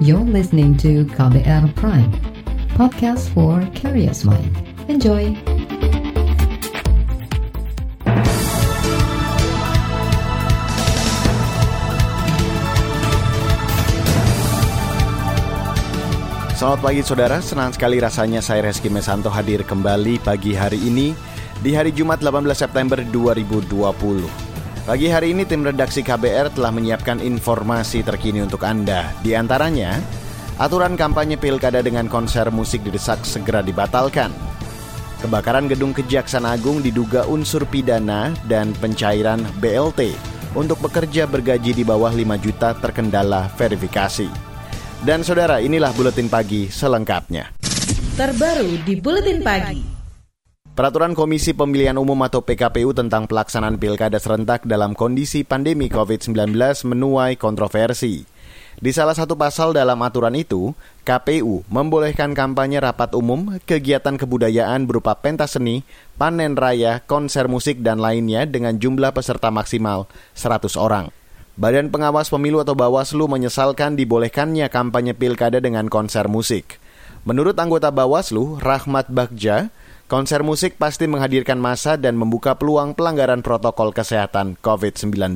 You're listening to KBR Prime, podcast for curious mind. Enjoy! Selamat pagi saudara, senang sekali rasanya saya Reski Mesanto hadir kembali pagi hari ini di hari Jumat 18 September 2020. Pagi hari ini tim redaksi KBR telah menyiapkan informasi terkini untuk Anda. Di antaranya, aturan kampanye pilkada dengan konser musik didesak segera dibatalkan. Kebakaran gedung Kejaksaan Agung diduga unsur pidana dan pencairan BLT untuk pekerja bergaji di bawah 5 juta terkendala verifikasi. Dan saudara, inilah Buletin Pagi selengkapnya. Terbaru di Buletin Pagi. Peraturan Komisi Pemilihan Umum atau PKPU tentang pelaksanaan pilkada serentak dalam kondisi pandemi COVID-19 menuai kontroversi. Di salah satu pasal dalam aturan itu, KPU membolehkan kampanye rapat umum, kegiatan kebudayaan berupa pentas seni, panen raya, konser musik, dan lainnya dengan jumlah peserta maksimal 100 orang. Badan Pengawas Pemilu atau Bawaslu menyesalkan dibolehkannya kampanye pilkada dengan konser musik. Menurut anggota Bawaslu, Rahmat Bagja, konser musik pasti menghadirkan massa dan membuka peluang pelanggaran protokol kesehatan COVID-19.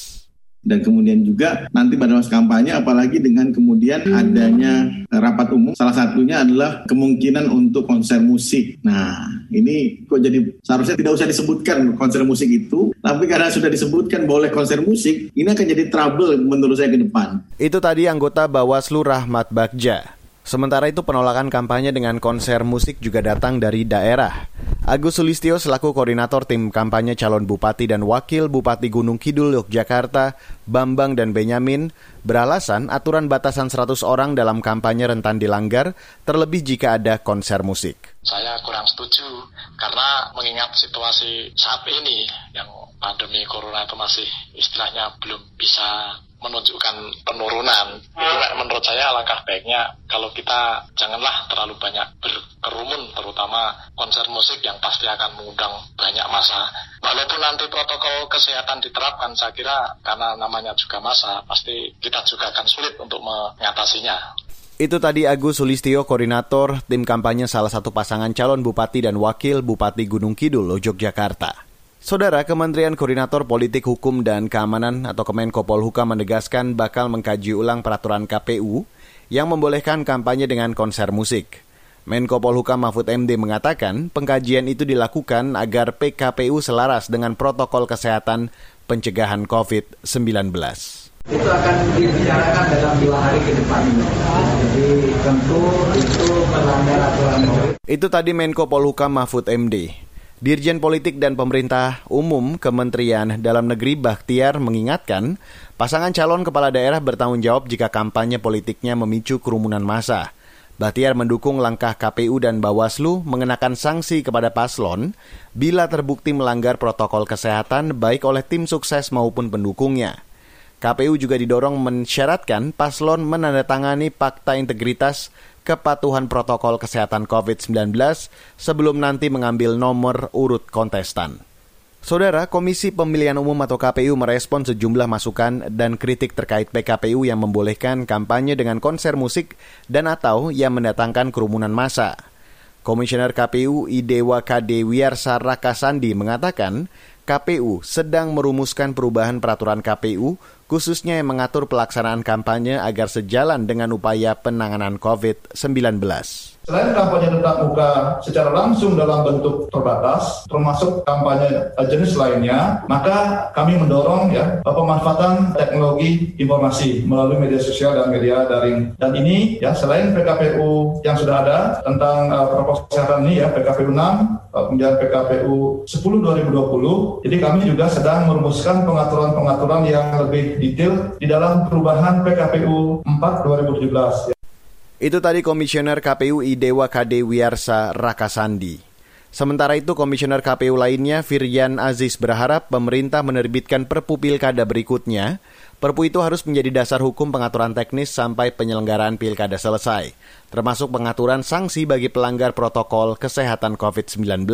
Dan kemudian juga nanti pada masa kampanye, apalagi dengan kemudian adanya rapat umum, salah satunya adalah kemungkinan untuk konser musik. Nah, ini kok jadi seharusnya tidak usah disebutkan konser musik itu, tapi karena sudah disebutkan boleh konser musik, ini akan jadi trouble menurut saya ke depan. Itu tadi anggota Bawaslu Rahmat Bagja. Sementara itu penolakan kampanye dengan konser musik juga datang dari daerah. Agus Sulistyo selaku koordinator tim kampanye calon bupati dan wakil Bupati Gunung Kidul Yogyakarta, Bambang dan Benyamin, beralasan aturan batasan 100 orang dalam kampanye rentan dilanggar, terlebih jika ada konser musik. Saya kurang setuju, karena mengingat situasi saat ini yang pandemi corona itu masih istilahnya belum bisa menunjukkan penurunan. Itu menurut saya langkah baiknya kalau kita janganlah terlalu banyak berkerumun, terutama konser musik yang pasti akan mengundang banyak massa. Walaupun nanti protokol kesehatan diterapkan, saya kira karena namanya juga massa, pasti kita juga akan sulit untuk mengatasinya. Itu tadi Agus Sulistyo, koordinator tim kampanye salah satu pasangan calon bupati dan wakil Bupati Gunung Kidul, Yogyakarta. Saudara, Kementerian Koordinator Politik Hukum dan Keamanan atau Kemenko Polhukam menegaskan bakal mengkaji ulang peraturan KPU yang membolehkan kampanye dengan konser musik. Menko Polhukam Mahfud MD mengatakan pengkajian itu dilakukan agar PKPU selaras dengan protokol kesehatan pencegahan COVID-19. Itu akan dibicarakan dalam 2 hari ke depan. Jadi tentu itu melanggar aturan COVID. Itu tadi Menko Polhukam Mahfud MD. Dirjen Politik dan Pemerintah Umum Kementerian Dalam Negeri Bakhtiar mengingatkan pasangan calon kepala daerah bertanggung jawab jika kampanye politiknya memicu kerumunan massa. Bakhtiar mendukung langkah KPU dan Bawaslu mengenakan sanksi kepada paslon bila terbukti melanggar protokol kesehatan baik oleh tim sukses maupun pendukungnya. KPU juga didorong mensyaratkan paslon menandatangani Fakta Integritas Kepatuhan Protokol Kesehatan COVID-19 sebelum nanti mengambil nomor urut kontestan. Saudara, Komisi Pemilihan Umum atau KPU merespon sejumlah masukan dan kritik terkait PKPU yang membolehkan kampanye dengan konser musik dan atau yang mendatangkan kerumunan massa. Komisioner KPU Idewa KD Wiyarsa Rakasandi mengatakan KPU sedang merumuskan perubahan peraturan KPU khususnya yang mengatur pelaksanaan kampanye agar sejalan dengan upaya penanganan COVID-19. Selain kampanye tatap muka secara langsung dalam bentuk terbatas, termasuk kampanye jenis lainnya, maka kami mendorong pemanfaatan teknologi informasi melalui media sosial dan media daring. Dan ini selain PKPU yang sudah ada tentang protokol kesehatan ini PKPU 6, kemudian PKPU 10/2020. Jadi kami juga sedang merumuskan pengaturan-pengaturan yang lebih detail di dalam perubahan PKPU 4/2017. Itu tadi Komisioner KPU Idewa KD Wiyarsa Rakasandi. Sementara itu, Komisioner KPU lainnya Firyan Aziz berharap pemerintah menerbitkan Perpu Pilkada berikutnya. Perpu itu harus menjadi dasar hukum pengaturan teknis sampai penyelenggaraan pilkada selesai, termasuk pengaturan sanksi bagi pelanggar protokol kesehatan COVID-19.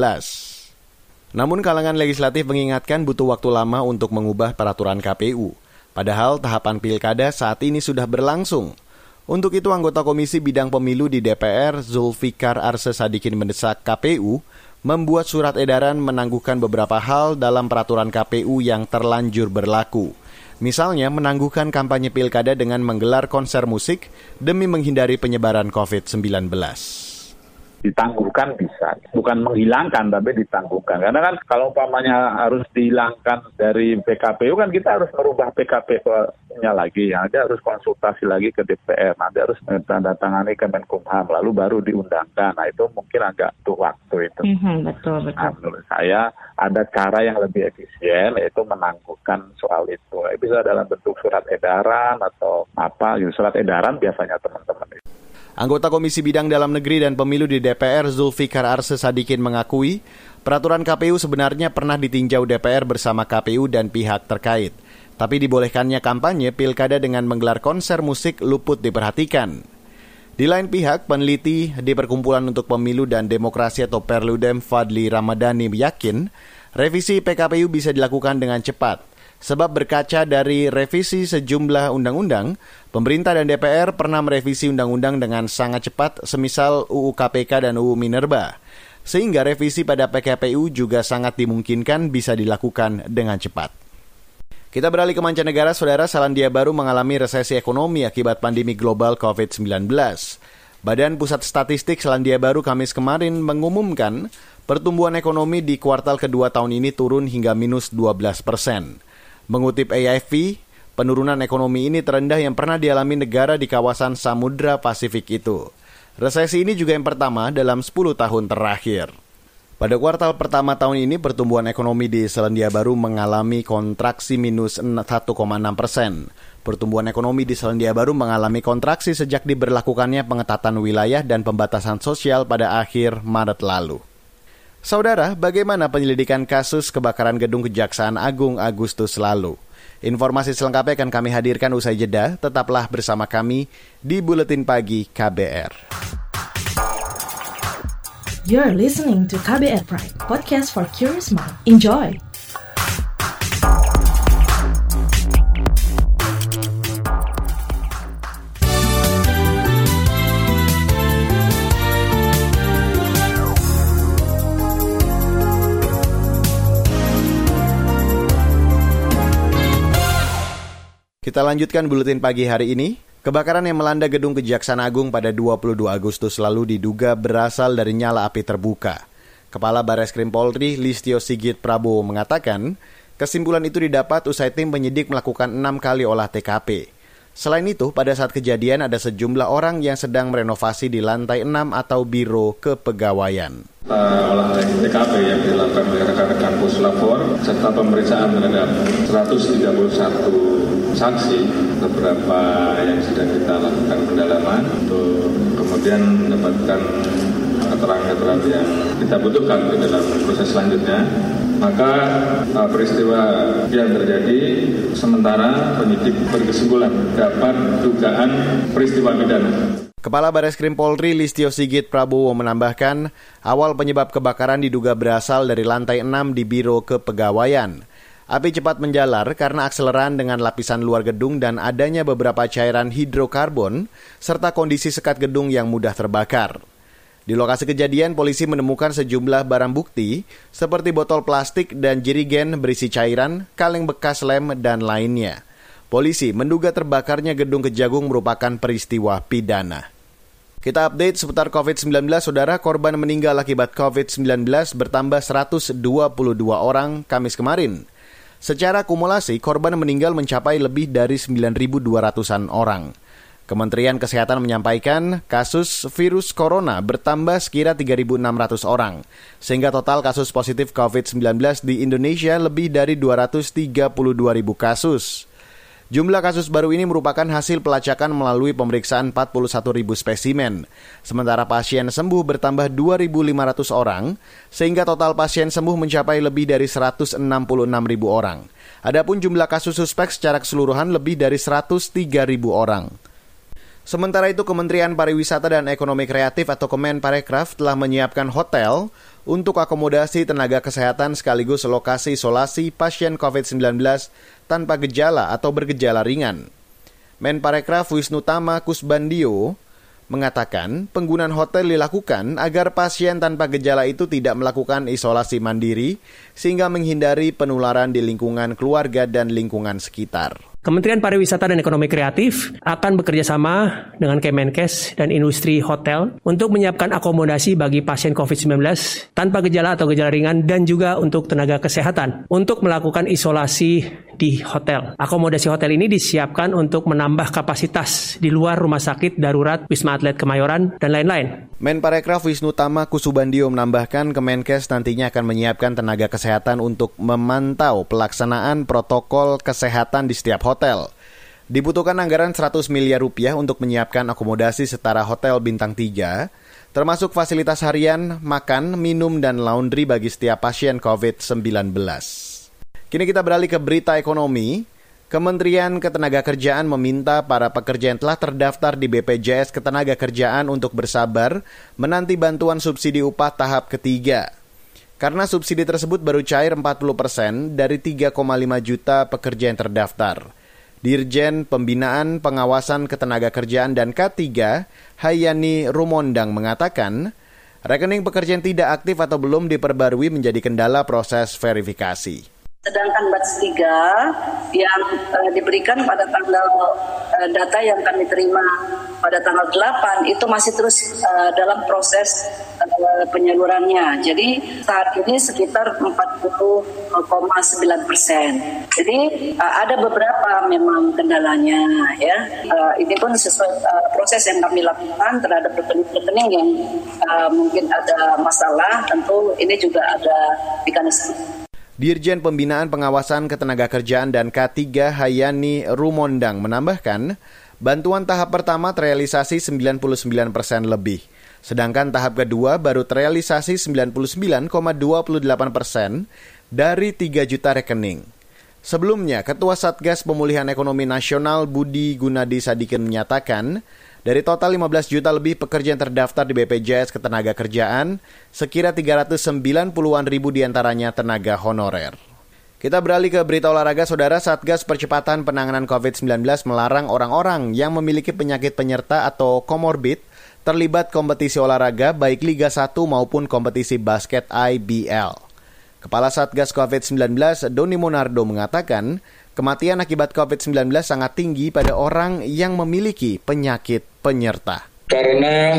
Namun kalangan legislatif mengingatkan butuh waktu lama untuk mengubah peraturan KPU. Padahal tahapan pilkada saat ini sudah berlangsung. Untuk itu, anggota Komisi Bidang Pemilu di DPR, Zulfikar Arsesadikin mendesak KPU membuat surat edaran menangguhkan beberapa hal dalam peraturan KPU yang terlanjur berlaku. Misalnya, menangguhkan kampanye pilkada dengan menggelar konser musik demi menghindari penyebaran COVID-19. Ditangguhkan bisa, bukan menghilangkan tapi ditangguhkan. Karena kan kalau umpamanya harus dihilangkan dari PKPU kan kita harus merubah PKPU-nya lagi. Nanti harus konsultasi lagi ke DPR, nanti harus tanda tangani Kemenkumham, lalu baru diundangkan. Nah itu mungkin agak tuh waktu itu. Betul. Nah, menurut saya ada cara yang lebih efisien, yaitu menangguhkan soal itu. Bisa dalam bentuk surat edaran atau apa, surat edaran biasanya teman-teman. Anggota Komisi Bidang Dalam Negeri dan Pemilu di DPR, Zulfikar Arsesadikin mengakui, peraturan KPU sebenarnya pernah ditinjau DPR bersama KPU dan pihak terkait. Tapi dibolehkannya kampanye pilkada dengan menggelar konser musik luput diperhatikan. Di lain pihak, peneliti di Perkumpulan untuk Pemilu dan Demokrasi atau Perludem Fadli Ramadhani yakin, revisi PKPU bisa dilakukan dengan cepat. Sebab berkaca dari revisi sejumlah undang-undang, pemerintah dan DPR pernah merevisi undang-undang dengan sangat cepat, semisal UU KPK dan UU Minerba. Sehingga revisi pada PKPU juga sangat dimungkinkan bisa dilakukan dengan cepat. Kita beralih ke mancanegara, saudara. Selandia Baru mengalami resesi ekonomi akibat pandemi global COVID-19. Badan Pusat Statistik Selandia Baru Kamis kemarin mengumumkan pertumbuhan ekonomi di kuartal kedua tahun ini turun hingga minus 12%. Mengutip AFP, penurunan ekonomi ini terendah yang pernah dialami negara di kawasan Samudra Pasifik itu. Resesi ini juga yang pertama dalam 10 tahun terakhir. Pada kuartal pertama tahun ini, pertumbuhan ekonomi di Selandia Baru mengalami kontraksi minus 1,6%. Pertumbuhan ekonomi di Selandia Baru mengalami kontraksi sejak diberlakukannya pengetatan wilayah dan pembatasan sosial pada akhir Maret lalu. Saudara, bagaimana penyelidikan kasus kebakaran gedung Kejaksaan Agung Agustus lalu? Informasi selengkapnya akan kami hadirkan usai jeda. Tetaplah bersama kami di Buletin Pagi KBR. You're listening to KBR Pride, podcast for curious mind. Enjoy! Kita lanjutkan buletin pagi hari ini. Kebakaran yang melanda gedung Kejaksaan Agung pada 22 Agustus lalu diduga berasal dari nyala api terbuka. Kepala Bareskrim Polri, Listio Sigit Prabowo mengatakan, kesimpulan itu didapat usai tim penyidik melakukan 6 kali olah TKP. Selain itu, pada saat kejadian ada sejumlah orang yang sedang merenovasi di lantai 6 atau biro kepegawaian. Olah TKP yang dilakukan oleh rekan-rekan puslapor serta pemeriksaan terhadap 131 saksi, beberapa yang sedang kita lakukan pendalaman untuk kemudian mendapatkan keterangan-keterangan yang kita butuhkan di dalam proses selanjutnya. Maka peristiwa yang terjadi sementara penyidik berkesimpulan dapat dugaan peristiwa pidana. Kepala Bareskrim Polri Listio Sigit Prabowo menambahkan, awal penyebab kebakaran diduga berasal dari lantai 6 di biro kepegawaian. Api cepat menjalar karena akseleran dengan lapisan luar gedung dan adanya beberapa cairan hidrokarbon serta kondisi sekat gedung yang mudah terbakar. Di lokasi kejadian, polisi menemukan sejumlah barang bukti seperti botol plastik dan jerigen berisi cairan, kaleng bekas lem, dan lainnya. Polisi menduga terbakarnya gedung Kejagung merupakan peristiwa pidana. Kita update seputar COVID-19, saudara. Korban meninggal akibat COVID-19 bertambah 122 orang Kamis kemarin. Secara akumulasi, korban meninggal mencapai lebih dari 9.200-an orang. Kementerian Kesehatan menyampaikan kasus virus corona bertambah sekira 3.600 orang, sehingga total kasus positif COVID-19 di Indonesia lebih dari 232.000 kasus. Jumlah kasus baru ini merupakan hasil pelacakan melalui pemeriksaan 41.000 spesimen. Sementara pasien sembuh bertambah 2.500 orang, sehingga total pasien sembuh mencapai lebih dari 166.000 orang. Adapun jumlah kasus suspek secara keseluruhan lebih dari 103.000 orang. Sementara itu, Kementerian Pariwisata dan Ekonomi Kreatif atau Kemenparekraf telah menyiapkan hotel untuk akomodasi tenaga kesehatan sekaligus lokasi isolasi pasien COVID-19 tanpa gejala atau bergejala ringan. Menparekraf Wisnu Tama Kusbandio mengatakan penggunaan hotel dilakukan agar pasien tanpa gejala itu tidak melakukan isolasi mandiri sehingga menghindari penularan di lingkungan keluarga dan lingkungan sekitar. Kementerian Pariwisata dan Ekonomi Kreatif akan bekerja sama dengan Kemenkes dan industri hotel untuk menyiapkan akomodasi bagi pasien COVID-19 tanpa gejala atau gejala ringan dan juga untuk tenaga kesehatan untuk melakukan isolasi di hotel. Akomodasi hotel ini disiapkan untuk menambah kapasitas di luar rumah sakit darurat, Wisma Atlet Kemayoran, dan lain-lain. Menparekraf Wisnu Tama Kusbandio menambahkan Kemenkes nantinya akan menyiapkan tenaga kesehatan untuk memantau pelaksanaan protokol kesehatan di setiap hotel. Dibutuhkan anggaran 100 miliar rupiah untuk menyiapkan akomodasi setara hotel bintang 3, termasuk fasilitas harian, makan, minum, dan laundry bagi setiap pasien COVID-19. Kini kita beralih ke berita ekonomi. Kementerian Ketenagakerjaan meminta para pekerja yang telah terdaftar di BPJS Ketenagakerjaan untuk bersabar menanti bantuan subsidi upah tahap ketiga. Karena subsidi tersebut baru cair 40% dari 3,5 juta pekerja yang terdaftar. Dirjen Pembinaan Pengawasan Ketenagakerjaan dan K3, Hayani Rumondang mengatakan, rekening pekerja yang tidak aktif atau belum diperbarui menjadi kendala proses verifikasi. Sedangkan batch 3 yang diberikan pada tanggal data yang kami terima pada tanggal 8 itu masih terus dalam proses penyalurannya. Jadi saat ini sekitar 40,9%. Jadi ada beberapa memang kendalanya ya. Ini pun sesuai proses yang kami lakukan terhadap rekening yang mungkin ada masalah. Tentu ini juga ada mekanisme. Dirjen Pembinaan Pengawasan Ketenagakerjaan dan K3 Hayani Rumondang menambahkan, bantuan tahap pertama terrealisasi 99% lebih, sedangkan tahap kedua baru terrealisasi 99,28% dari 3 juta rekening. Sebelumnya, Ketua Satgas Pemulihan Ekonomi Nasional Budi Gunadi Sadikin menyatakan, dari total 15 juta lebih pekerja yang terdaftar di BPJS Ketenagakerjaan, sekira 390-an ribu diantaranya tenaga honorer. Kita beralih ke berita olahraga, Saudara. Satgas Percepatan Penanganan COVID-19 melarang orang-orang yang memiliki penyakit penyerta atau komorbid terlibat kompetisi olahraga baik Liga 1 maupun kompetisi basket IBL. Kepala Satgas COVID-19 Doni Monardo mengatakan, kematian akibat COVID-19 sangat tinggi pada orang yang memiliki penyakit penyerta. Karena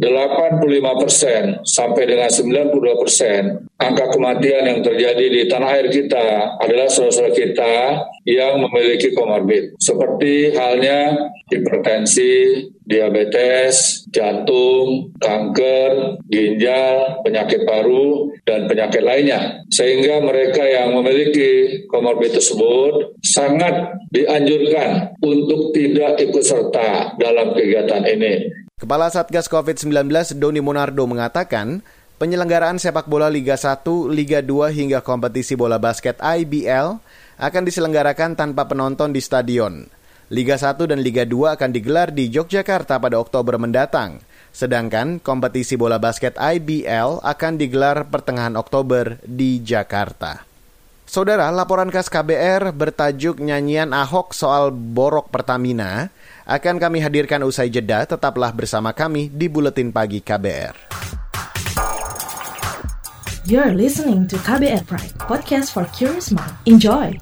85% sampai dengan 92% angka kematian yang terjadi di tanah air kita adalah saudara-saudara kita yang memiliki komorbid. Seperti halnya hipertensi, diabetes, jantung, kanker, ginjal, penyakit paru, dan penyakit lainnya. Sehingga mereka yang memiliki komorbid tersebut sangat dianjurkan untuk tidak ikut serta dalam kegiatan ini. Kepala Satgas COVID-19 Doni Monardo mengatakan, penyelenggaraan sepak bola Liga 1, Liga 2 hingga kompetisi bola basket IBL akan diselenggarakan tanpa penonton di stadion. Liga 1 dan Liga 2 akan digelar di Yogyakarta pada Oktober mendatang. Sedangkan kompetisi bola basket IBL akan digelar pertengahan Oktober di Jakarta. Saudara, laporan khas KBR bertajuk Nyanyian Ahok Soal Borok Pertamina akan kami hadirkan usai jeda. Tetaplah bersama kami di Buletin Pagi KBR. You're listening to KBR Pride, podcast for curious mind. Enjoy!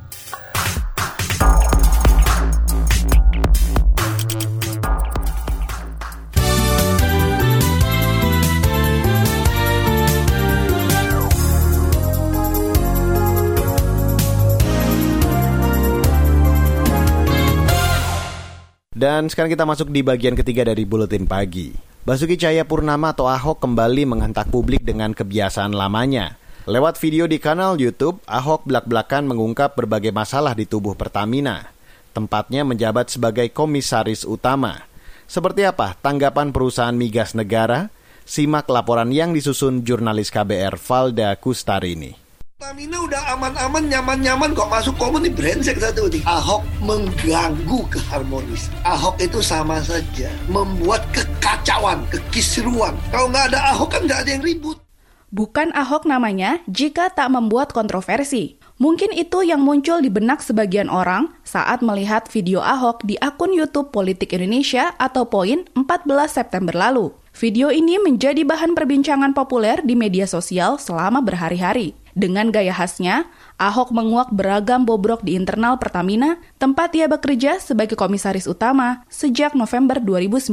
Dan sekarang kita masuk di bagian ketiga dari Buletin Pagi. Basuki Cahayapurnama atau Ahok kembali menghentak publik dengan kebiasaan lamanya. Lewat video di kanal YouTube, Ahok belak-belakan mengungkap berbagai masalah di tubuh Pertamina. Tempatnya menjabat sebagai komisaris utama. Seperti apa tanggapan perusahaan migas negara? Simak laporan yang disusun jurnalis KBR Valda Kustarini. Pertamina udah aman-aman, nyaman-nyaman kok masuk komunis brengsek satu nih. Ahok mengganggu keharmonisan. Ahok itu sama saja membuat kekacauan, kekisruan. Kalau nggak ada Ahok kan nggak ada yang ribut. Bukan Ahok namanya jika tak membuat kontroversi. Mungkin itu yang muncul di benak sebagian orang saat melihat video Ahok di akun YouTube Politik Indonesia atau Poin 14 September lalu. Video ini menjadi bahan perbincangan populer di media sosial selama berhari-hari. Dengan gaya khasnya, Ahok menguak beragam bobrok di internal Pertamina, tempat ia bekerja sebagai komisaris utama sejak November 2019.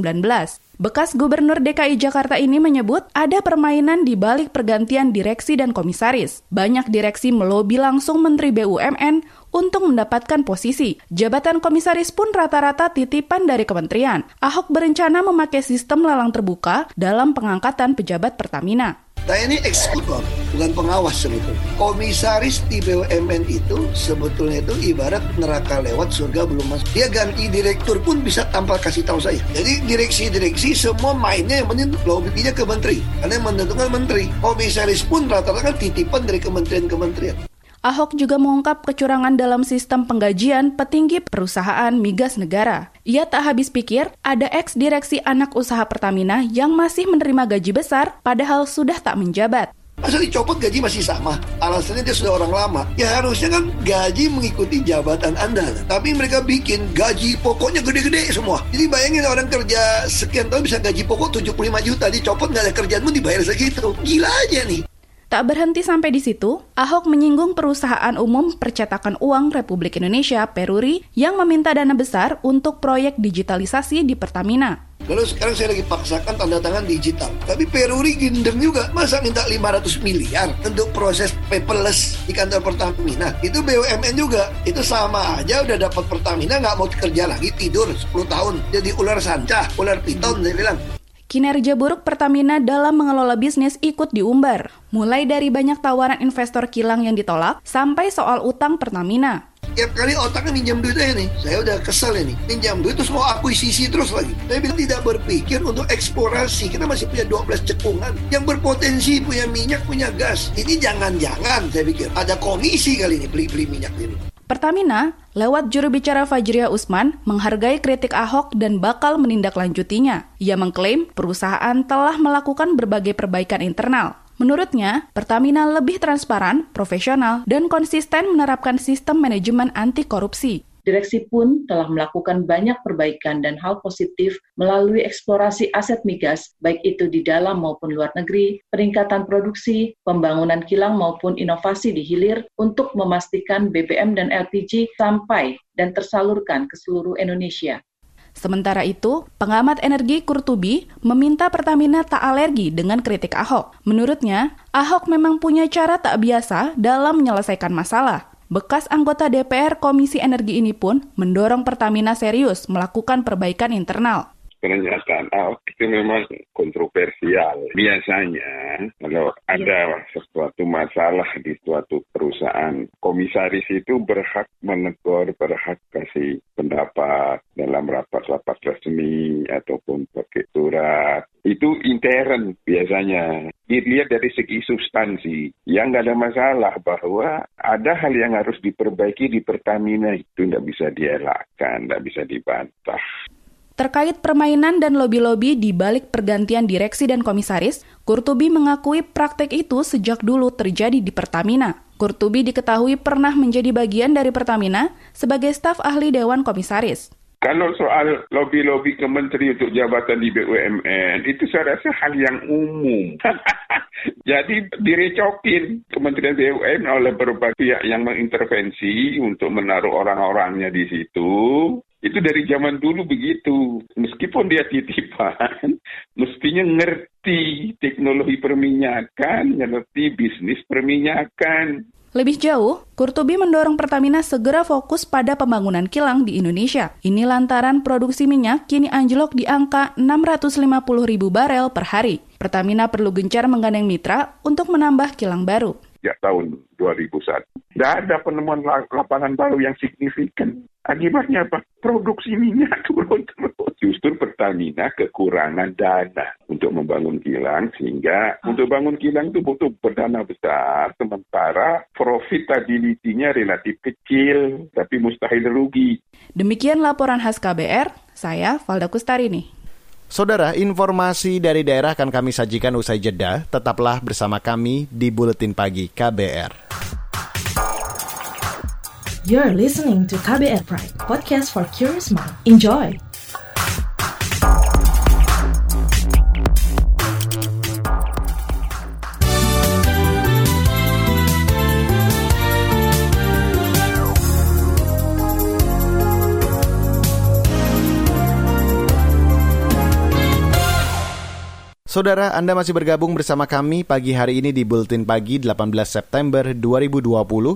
Bekas Gubernur DKI Jakarta ini menyebut ada permainan di balik pergantian direksi dan komisaris. Banyak direksi melobi langsung Menteri BUMN untuk mendapatkan posisi. Jabatan komisaris pun rata-rata titipan dari kementerian. Ahok berencana memakai sistem lelang terbuka dalam pengangkatan pejabat Pertamina. Nah ini eksekutor, bukan pengawas sebetulnya. Komisaris di BUMN itu sebetulnya itu ibarat neraka lewat surga belum masuk. Dia ganti direktur pun bisa tanpa kasih tahu saya. Jadi direksi-direksi semua mainnya yang penting lobbynya ke menteri. Karena yang menentukan menteri. Komisaris pun rata-rata kan titipan dari kementerian-kementerian. Ahok juga mengungkap kecurangan dalam sistem penggajian petinggi perusahaan migas negara. Ia tak habis pikir ada ex-direksi anak usaha Pertamina yang masih menerima gaji besar padahal sudah tak menjabat. Masa dicopot gaji masih sama? Alasannya dia sudah orang lama. Ya harusnya kan gaji mengikuti jabatan Anda. Tapi mereka bikin gaji pokoknya gede-gede semua. Jadi bayangin orang kerja sekian tahun bisa gaji pokok 75 juta. Dicopot nggak ada kerjaan pun dibayar segitu. Gila aja nih. Tak berhenti sampai di situ, Ahok menyinggung Perusahaan Umum Percetakan Uang Republik Indonesia Peruri yang meminta dana besar untuk proyek digitalisasi di Pertamina. Lalu sekarang saya lagi paksakan tanda tangan digital. Tapi Peruri gendeng juga. Masa minta 500 miliar untuk proses paperless di kantor Pertamina. Itu BUMN juga. Itu sama aja udah dapat Pertamina nggak mau kerja lagi, tidur 10 tahun. Jadi ular sanca, ular piton saya bilang. Kinerja buruk Pertamina dalam mengelola bisnis ikut diumbar, mulai dari banyak tawaran investor kilang yang ditolak, sampai soal utang Pertamina. Tiap kali otaknya minjam duit aja nih, saya udah kesel ini. Minjam duit terus mau akuisisi terus lagi. Saya bilang tidak berpikir untuk eksplorasi. Kita masih punya 12 cekungan yang berpotensi punya minyak, punya gas. Ini jangan-jangan saya pikir ada komisi kali ini beli-beli minyak ini. Pertamina, lewat juru bicara Fajriah Usman, menghargai kritik Ahok dan bakal menindaklanjutinya. Ia mengklaim perusahaan telah melakukan berbagai perbaikan internal. Menurutnya, Pertamina lebih transparan, profesional, dan konsisten menerapkan sistem manajemen anti korupsi. Direksi pun telah melakukan banyak perbaikan dan hal positif melalui eksplorasi aset migas, baik itu di dalam maupun luar negeri, peningkatan produksi, pembangunan kilang maupun inovasi di hilir untuk memastikan BBM dan LPG sampai dan tersalurkan ke seluruh Indonesia. Sementara itu, pengamat energi Kurtubi meminta Pertamina tak alergi dengan kritik Ahok. Menurutnya, Ahok memang punya cara tak biasa dalam menyelesaikan masalah. Bekas anggota DPR Komisi Energi ini pun mendorong Pertamina serius melakukan perbaikan internal. Pernyataan Ahok itu memang kontroversial. Biasanya kalau ada sesuatu masalah di suatu perusahaan, komisaris itu berhak menegur, berhak kasih pendapat dalam rapat-rapat resmi ataupun pakai surat. Itu intern biasanya. Dilihat dari segi substansi. Yang nggak ada masalah bahwa ada hal yang harus diperbaiki di Pertamina itu nggak bisa dielakkan, nggak bisa dibantah. Terkait permainan dan lobi-lobi di balik pergantian direksi dan komisaris, Kurtubi mengakui praktek itu sejak dulu terjadi di Pertamina. Kurtubi diketahui pernah menjadi bagian dari Pertamina sebagai staf ahli Dewan Komisaris. Kalau soal lobi-lobi ke menteri untuk jabatan di BUMN, itu saya rasa hal yang umum. Jadi direcokin Kementerian BUMN oleh berbagai pihak yang mengintervensi untuk menaruh orang-orangnya di situ. Itu dari zaman dulu begitu. Meskipun dia titipan, mestinya ngerti teknologi perminyakan, ngerti bisnis perminyakan. Lebih jauh, Kurtubi mendorong Pertamina segera fokus pada pembangunan kilang di Indonesia. Ini lantaran produksi minyak kini anjlok di angka 650.000 barel per hari. Pertamina perlu gencar menggandeng mitra untuk menambah kilang baru. Sejak tahun 2001, tidak ada penemuan lapangan baru yang signifikan. Akibatnya apa? Produksi minyak turun terus. Justru Pertamina kekurangan dana untuk membangun kilang, sehingga untuk bangun kilang itu butuh dana besar, sementara profitability-nya relatif kecil, tapi mustahil rugi. Demikian laporan khas KBR, saya Valda Kustarini. Saudara, informasi dari daerah akan kami sajikan usai jeda. Tetaplah bersama kami di Buletin Pagi KBR. You're listening to KBR Prime, podcast for curious mind. Enjoy! Saudara, Anda masih bergabung bersama kami pagi hari ini di Buletin Pagi 18 September 2020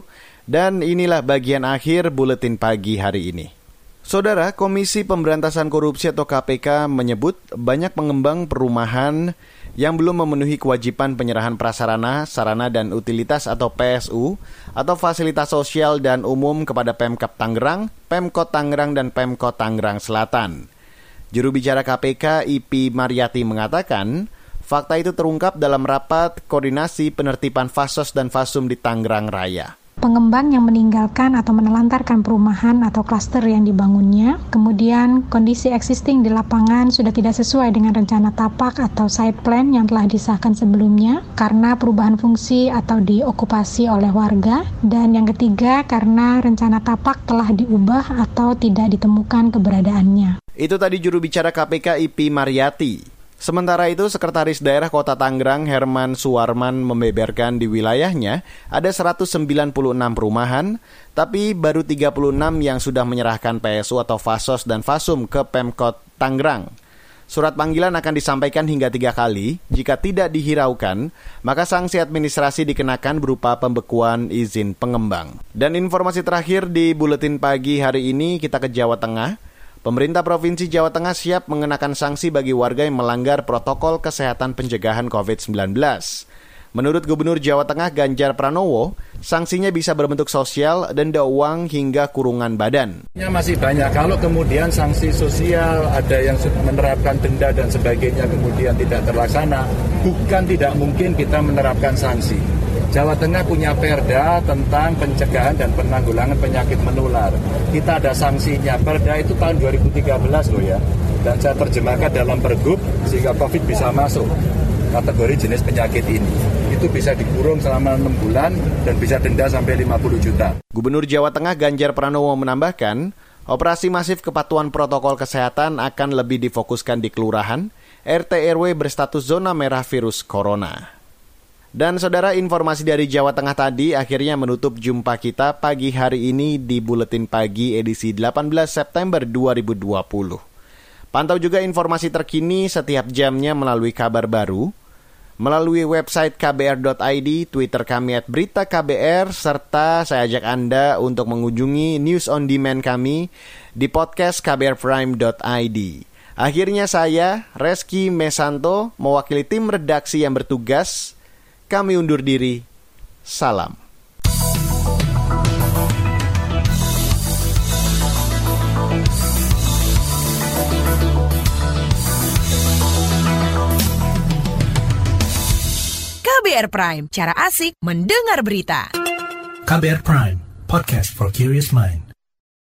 dan inilah bagian akhir Buletin Pagi hari ini. Saudara, Komisi Pemberantasan Korupsi atau KPK menyebut banyak pengembang perumahan yang belum memenuhi kewajiban penyerahan prasarana, sarana dan utilitas atau PSU atau fasilitas sosial dan umum kepada Pemkab Tangerang, Pemkot Tangerang dan Pemkot Tangerang Selatan. Juru bicara KPK IP Mariati mengatakan, fakta itu terungkap dalam rapat koordinasi penertiban Fasos dan Fasum di Tangerang Raya. Pengembang yang meninggalkan atau menelantarkan perumahan atau klaster yang dibangunnya, kemudian kondisi existing di lapangan sudah tidak sesuai dengan rencana tapak atau site plan yang telah disahkan sebelumnya karena perubahan fungsi atau diokupasi oleh warga, dan yang ketiga karena rencana tapak telah diubah atau tidak ditemukan keberadaannya. Itu tadi juru bicara KPK IP Mariati. Sementara itu, Sekretaris Daerah Kota Tangerang Herman Suwarman membeberkan di wilayahnya ada 196 perumahan, tapi baru 36 yang sudah menyerahkan PSU atau Fasos dan Fasum ke Pemkot Tangerang. Surat panggilan akan disampaikan hingga 3 kali. Jika tidak dihiraukan, maka sanksi administrasi dikenakan berupa pembekuan izin pengembang. Dan informasi terakhir di Buletin Pagi hari ini, kita ke Jawa Tengah. Pemerintah Provinsi Jawa Tengah siap mengenakan sanksi bagi warga yang melanggar protokol kesehatan pencegahan COVID-19. Menurut Gubernur Jawa Tengah Ganjar Pranowo, sanksinya bisa berbentuk sosial, denda uang hingga kurungan badan. Masih banyak, kalau kemudian sanksi sosial, ada yang menerapkan denda dan sebagainya kemudian tidak terlaksana, bukan tidak mungkin kita menerapkan sanksi. Jawa Tengah punya perda tentang pencegahan dan penanggulangan penyakit menular. Kita ada sanksinya. Perda itu tahun 2013 loh ya. Dan saya terjemahkan dalam pergub sehingga COVID bisa masuk kategori jenis penyakit ini. Itu bisa dikurung selama 6 bulan dan bisa denda sampai 50 juta. Gubernur Jawa Tengah Ganjar Pranowo menambahkan, operasi masif kepatuhan protokol kesehatan akan lebih difokuskan di kelurahan, RT RW berstatus zona merah virus corona. Dan saudara, informasi dari Jawa Tengah tadi akhirnya menutup jumpa kita pagi hari ini di Buletin Pagi edisi 18 September 2020. Pantau juga informasi terkini setiap jamnya melalui kabar baru, melalui website kbr.id, Twitter kami @beritaKBR, serta saya ajak Anda untuk mengunjungi news on demand kami di podcast kbrprime.id. Akhirnya saya, Reski Mesanto, mewakili tim redaksi yang bertugas, kami undur diri. Salam. KBR Prime, cara asik mendengar berita. KBR Prime, podcast for curious mind.